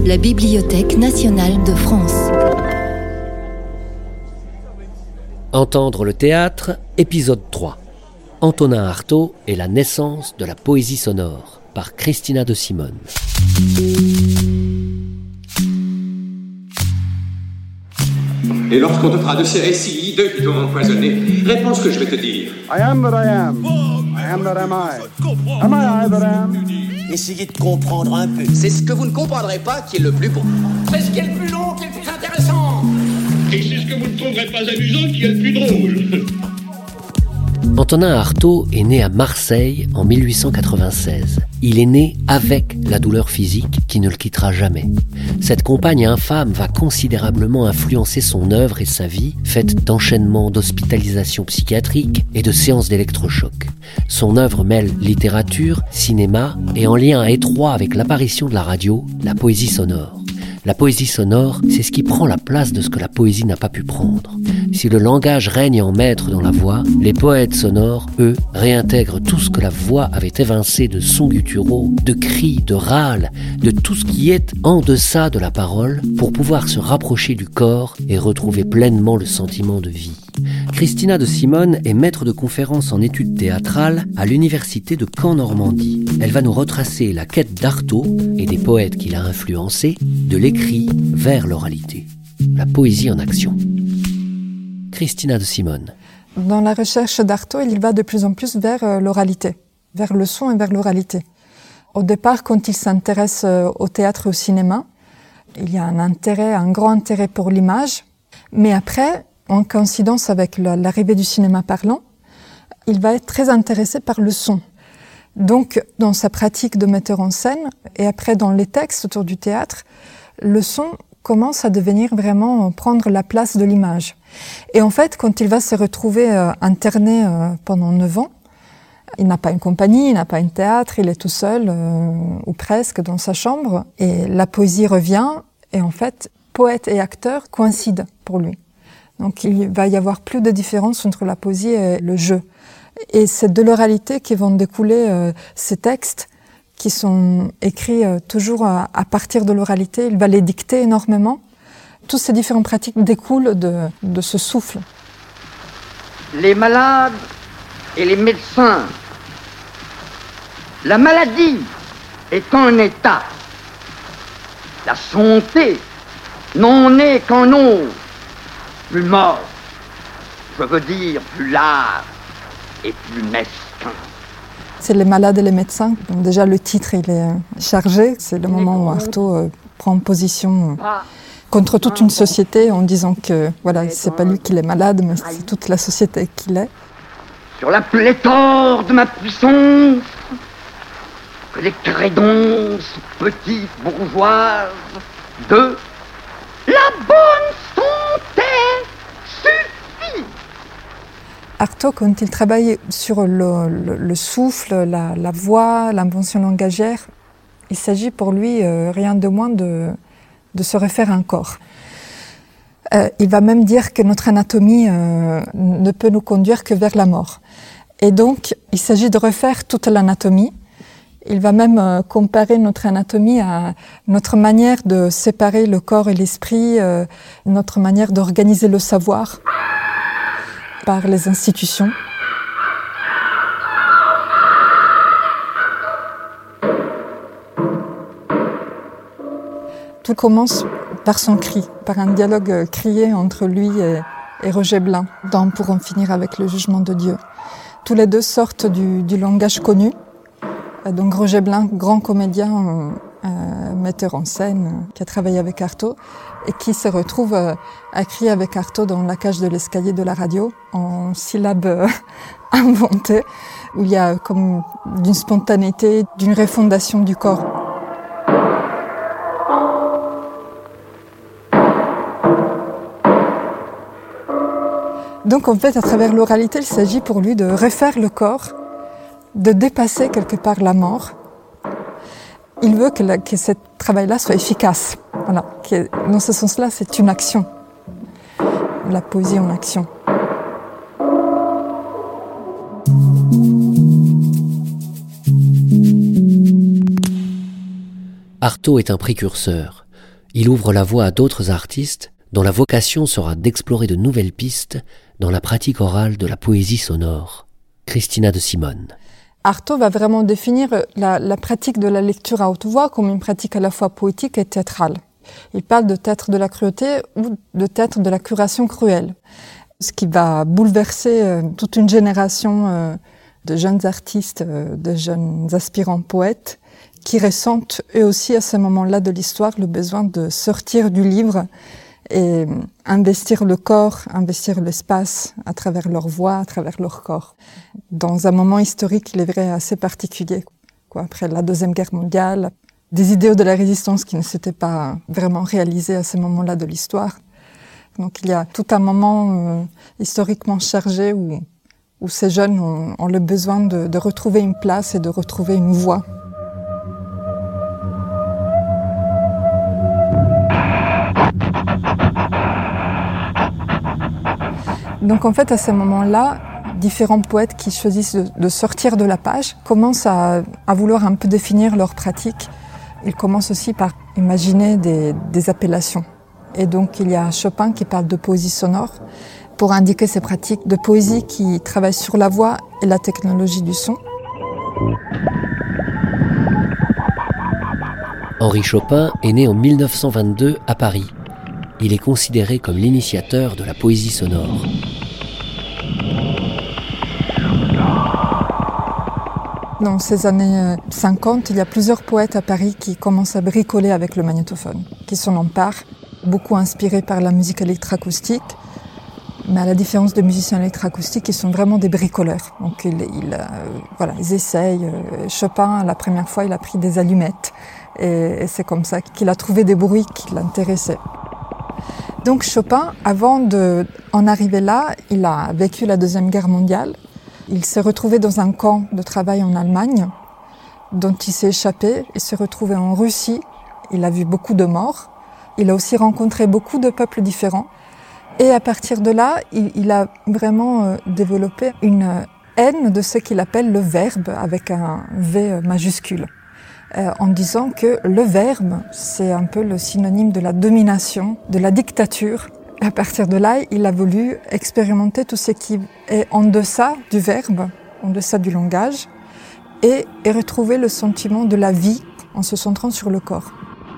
la Bibliothèque nationale de France. Entendre le théâtre, épisode 3. Antonin Artaud et la naissance de la poésie sonore, par Christina de Simone. Et lorsqu'on te fera de ces récits hideux qui t'ont empoisonné, réponds ce que je vais te dire. I am that I am. I am that am I. Am I that am? Essayez de comprendre un peu. C'est ce que vous ne comprendrez pas qui est le plus beau. C'est ce qui est le plus long qui est le plus intéressant. Et c'est ce que vous ne trouverez pas amusant qui est le plus drôle. Antonin Artaud est né à Marseille en 1896. Il est né avec la douleur physique qui ne le quittera jamais. Cette compagne infâme va considérablement influencer son œuvre et sa vie, faite d'enchaînements d'hospitalisation psychiatrique et de séances d'électrochoc. Son œuvre mêle littérature, cinéma et en lien étroit avec l'apparition de la radio, la poésie sonore. La poésie sonore, c'est ce qui prend la place de ce que la poésie n'a pas pu prendre. Si le langage règne en maître dans la voix, les poètes sonores, eux, réintègrent tout ce que la voix avait évincé de sons gutturaux, de cris, de râles, de tout ce qui est en deçà de la parole, pour pouvoir se rapprocher du corps et retrouver pleinement le sentiment de vie. Christina de Simone est maître de conférences en études théâtrales à l'université de Caen-Normandie. Elle va nous retracer la quête d'Artaud et des poètes qui l'a influencé, de l'écrit vers l'oralité. La poésie en action. Christina de Simone. Dans la recherche d'Artaud, il va de plus en plus vers l'oralité, vers le son et vers l'oralité. Au départ, quand il s'intéresse au théâtre et au cinéma, il y a un grand intérêt pour l'image, mais après, en coïncidence avec l'arrivée du cinéma parlant, il va être très intéressé par le son. Donc, dans sa pratique de metteur en scène, et après dans les textes autour du théâtre, le son commence à devenir vraiment prendre la place de l'image. Et en fait, quand il va se retrouver interné pendant 9 ans, il n'a pas une compagnie, il n'a pas un théâtre, il est tout seul, ou presque, dans sa chambre, et la poésie revient, et en fait, poète et acteur coïncident pour lui. Donc il va y avoir plus de différence entre la poésie et le jeu. Et c'est de l'oralité qui vont découler ces textes qui sont écrits toujours à partir de l'oralité. Il va les dicter énormément. Toutes ces différentes pratiques découlent de ce souffle. Les malades et les médecins. La maladie est un état. La santé n'en est qu'un autre. Plus mort, je veux dire plus large et plus mesquin. C'est les malades et les médecins. Donc déjà le titre il est chargé. C'est le moment où Artaud prend position contre toute une société en disant que voilà, c'est pas lui qui est malade, mais c'est toute la société qui l'est. Sur la pléthore de ma puissance, que les crédonces petites bourgeoises de la bonne santé suffit. Artaud, quand il travaille sur le souffle, la voix, l'invention langagière, il s'agit pour lui rien de moins de se refaire un corps. Il va même dire que notre anatomie ne peut nous conduire que vers la mort. Et donc, il s'agit de refaire toute l'anatomie. Il va même comparer notre anatomie à notre manière de séparer le corps et l'esprit, notre manière d'organiser le savoir par les institutions. Tout commence par son cri, par un dialogue crié entre lui et Roger Blin, dans Pour en finir avec le jugement de Dieu. Tous les deux sortent du langage connu. Donc Roger Blin, grand comédien, metteur en scène, qui a travaillé avec Artaud et qui se retrouve à crier avec Artaud dans la cage de l'escalier de la radio en syllabes inventées, où il y a comme d'une spontanéité, d'une refondation du corps. Donc en fait, à travers l'oralité, il s'agit pour lui de refaire le corps, de dépasser quelque part la mort. Il veut que ce travail-là soit efficace. Voilà. Dans ce sens-là, c'est une action. La poésie en action. Artaud est un précurseur. Il ouvre la voie à d'autres artistes dont la vocation sera d'explorer de nouvelles pistes dans la pratique orale de la poésie sonore. Christina de Simone. Artaud va vraiment définir la pratique de la lecture à haute voix comme une pratique à la fois poétique et théâtrale. Il parle de théâtre de la cruauté ou de théâtre de la curation cruelle, ce qui va bouleverser toute une génération de jeunes artistes, de jeunes aspirants poètes, qui ressentent eux aussi à ce moment-là de l'histoire le besoin de sortir du livre et investir le corps, investir l'espace à travers leur voix, à travers leur corps. Dans un moment historique, il est vrai, assez particulier, après la Deuxième Guerre mondiale, des idéaux de la résistance qui ne s'étaient pas vraiment réalisés à ce moment-là de l'histoire. Donc il y a tout un moment historiquement chargé où ces jeunes ont le besoin de retrouver une place et de retrouver une voix. Donc en fait, à ce moment-là, différents poètes qui choisissent de sortir de la page commencent à vouloir un peu définir leur pratique. Ils commencent aussi par imaginer des appellations. Et donc il y a Chopin qui parle de poésie sonore pour indiquer ses pratiques de poésie qui travaillent sur la voix et la technologie du son. Henri Chopin est né en 1922 à Paris. Il est considéré comme l'initiateur de la poésie sonore. Dans ces années 50, il y a plusieurs poètes à Paris qui commencent à bricoler avec le magnétophone, qui s'en emparent, beaucoup inspirés par la musique électroacoustique. Mais à la différence de musiciens électroacoustiques, ils sont vraiment des bricoleurs. Donc ils essayent. Chopin, la première fois, il a pris des allumettes. Et c'est comme ça qu'il a trouvé des bruits qui l'intéressaient. Donc Chopin, avant d'en arriver là, il a vécu la Deuxième Guerre mondiale. Il s'est retrouvé dans un camp de travail en Allemagne, dont il s'est échappé. Il s'est retrouvé en Russie. Il a vu beaucoup de morts. Il a aussi rencontré beaucoup de peuples différents. Et à partir de là, il a vraiment développé une haine de ce qu'il appelle le verbe, avec un V majuscule, en disant que le verbe, c'est un peu le synonyme de la domination, de la dictature. À partir de là, il a voulu expérimenter tout ce qui est en deçà du verbe, en deçà du langage, et retrouver le sentiment de la vie en se centrant sur le corps.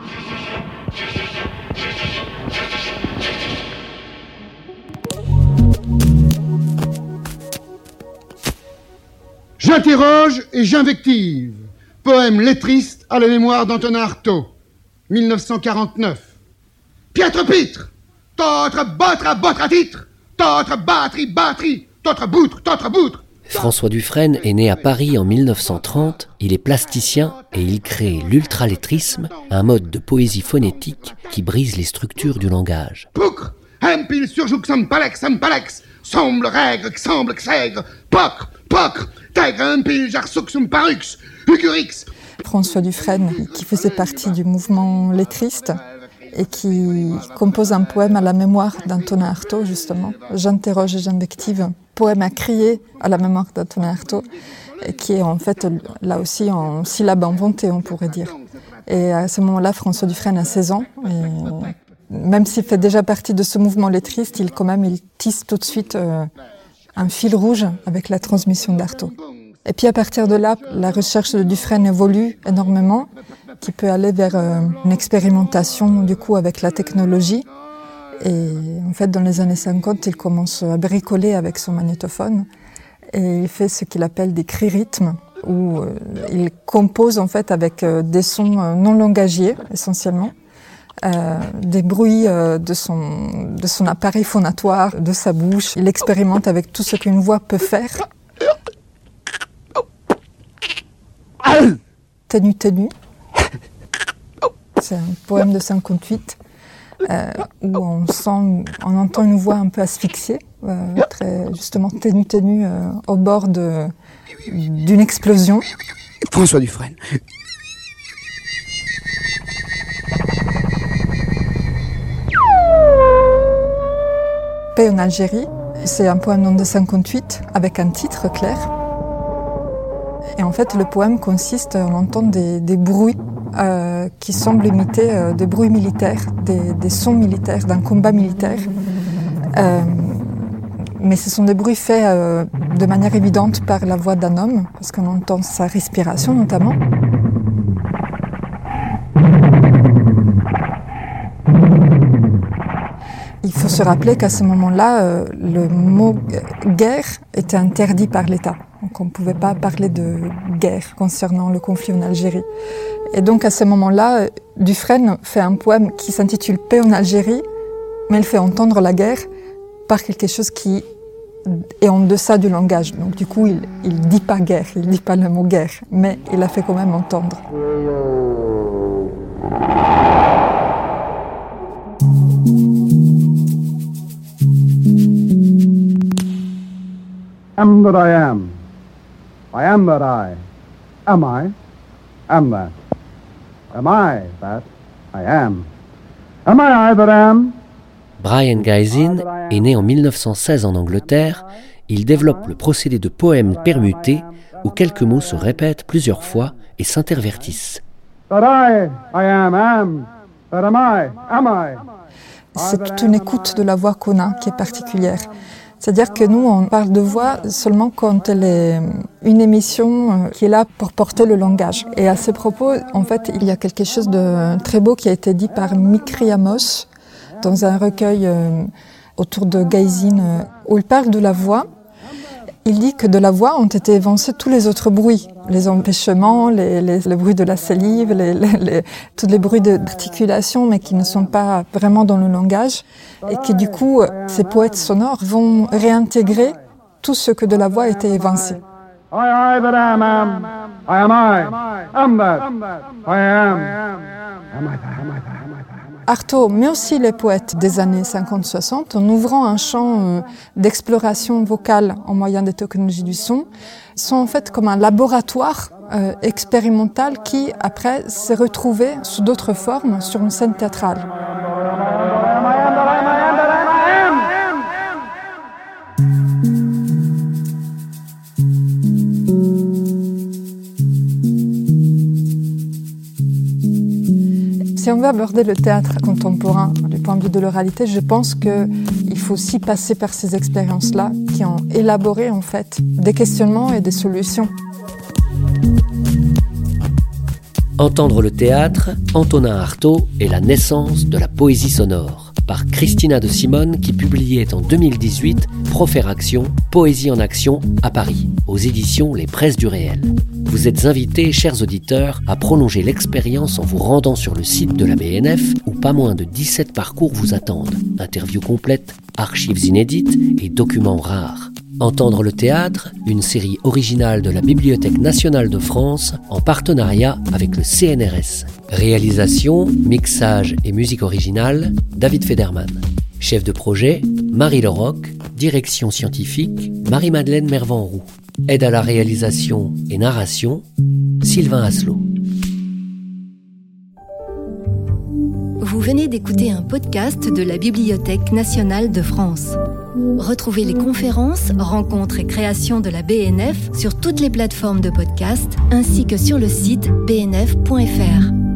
J'interroge et j'invective. Poème lettriste à la mémoire d'Antonin Artaud, 1949. Piètre-pitre, t'autre botre à titre, t'autre batterie, t'autre boutre. François Dufresne est né à Paris en 1930, il est plasticien et il crée l'ultralettrisme, un mode de poésie phonétique qui brise les structures du langage. Poucre, empile surjoue palex, semble règle, semble xègre, pocre, tègre, empile jarsoux parux, hugurix. François Dufresne, qui faisait partie du mouvement lettriste et qui compose un poème à la mémoire d'Antonin Artaud, justement. J'interroge et j'invective. Poème à crier à la mémoire d'Antonin Artaud, et qui est en fait, là aussi, en syllabes inventées, on pourrait dire. Et à ce moment-là, François Dufresne a 16 ans. Et même s'il fait déjà partie de ce mouvement lettriste, il tisse tout de suite un fil rouge avec la transmission d'Artaud. Et puis à partir de là, la recherche de Dufresne évolue énormément, qui peut aller vers une expérimentation du coup avec la technologie. Et en fait, dans les années 50, il commence à bricoler avec son magnétophone et il fait ce qu'il appelle des cris-rythmes, où il compose en fait avec des sons non langagiers essentiellement, des bruits de son appareil phonatoire, de sa bouche. Il expérimente avec tout ce qu'une voix peut faire. Ténu. C'est un poème de 58 où on entend une voix un peu asphyxiée, très justement ténu au bord d'une explosion. François Dufresne. Paix en Algérie, c'est un poème de 58 avec un titre clair. Et en fait, le poème consiste, on entend des bruits qui semblent imiter des bruits militaires, des sons militaires, d'un combat militaire. Mais ce sont des bruits faits de manière évidente par la voix d'un homme, parce qu'on entend sa respiration notamment. Il faut se rappeler qu'à ce moment-là, le mot guerre était interdit par l'État. Donc on ne pouvait pas parler de guerre concernant le conflit en Algérie. Et donc à ce moment-là, Dufresne fait un poème qui s'intitule « Paix en Algérie », mais il fait entendre la guerre par quelque chose qui est en deçà du langage. Donc du coup, il dit pas guerre, il dit pas le mot guerre, mais il a fait quand même entendre. Am that I am. I am that I. Am I? Am that. Am I that I am? Am I that am? Brian Gysin est né en 1916 en Angleterre. Il développe le procédé de poème permuté où quelques mots se répètent plusieurs fois et s'intervertissent. That I am. That am I? C'est toute une écoute de la voix qu'on a qui est particulière. C'est-à-dire que nous, on parle de voix seulement quand elle est une émission qui est là pour porter le langage. Et à ce propos, en fait, il y a quelque chose de très beau qui a été dit par Mikri Amos dans un recueil autour de Gysin où il parle de la voix. Il dit que de la voix ont été évincés tous les autres bruits, les empêchements, les bruits de la salive, tous les bruits d'articulation, mais qui ne sont pas vraiment dans le langage, et que du coup, ces poètes sonores vont réintégrer tout ce que de la voix a été évincé. Artaud, mais aussi les poètes des années 50-60, en ouvrant un champ d'exploration vocale en moyen des technologies du son, sont en fait comme un laboratoire expérimental qui, après, s'est retrouvé sous d'autres formes sur une scène théâtrale. Si on veut aborder le théâtre contemporain du point de vue de l'oralité, je pense qu'il faut aussi passer par ces expériences-là qui ont élaboré en fait des questionnements et des solutions. Entendre le théâtre, Antonin Artaud et la naissance de la poésie sonore, par Christina de Simone qui publiait en 2018 Proféraction, Poésie en action à Paris, aux éditions Les Presses du Réel. Vous êtes invités, chers auditeurs, à prolonger l'expérience en vous rendant sur le site de la BNF où pas moins de 17 parcours vous attendent. Interviews complètes, archives inédites et documents rares. Entendre le théâtre, une série originale de la Bibliothèque nationale de France en partenariat avec le CNRS. Réalisation, mixage et musique originale, David Federman. Chef de projet, Marie Leroc. Direction scientifique, Marie-Madeleine Mervan-Roux. Aide à la réalisation et narration, Sylvain Asselot. Vous venez d'écouter un podcast de la Bibliothèque nationale de France. Retrouvez les conférences, rencontres et créations de la BNF sur toutes les plateformes de podcast ainsi que sur le site bnf.fr.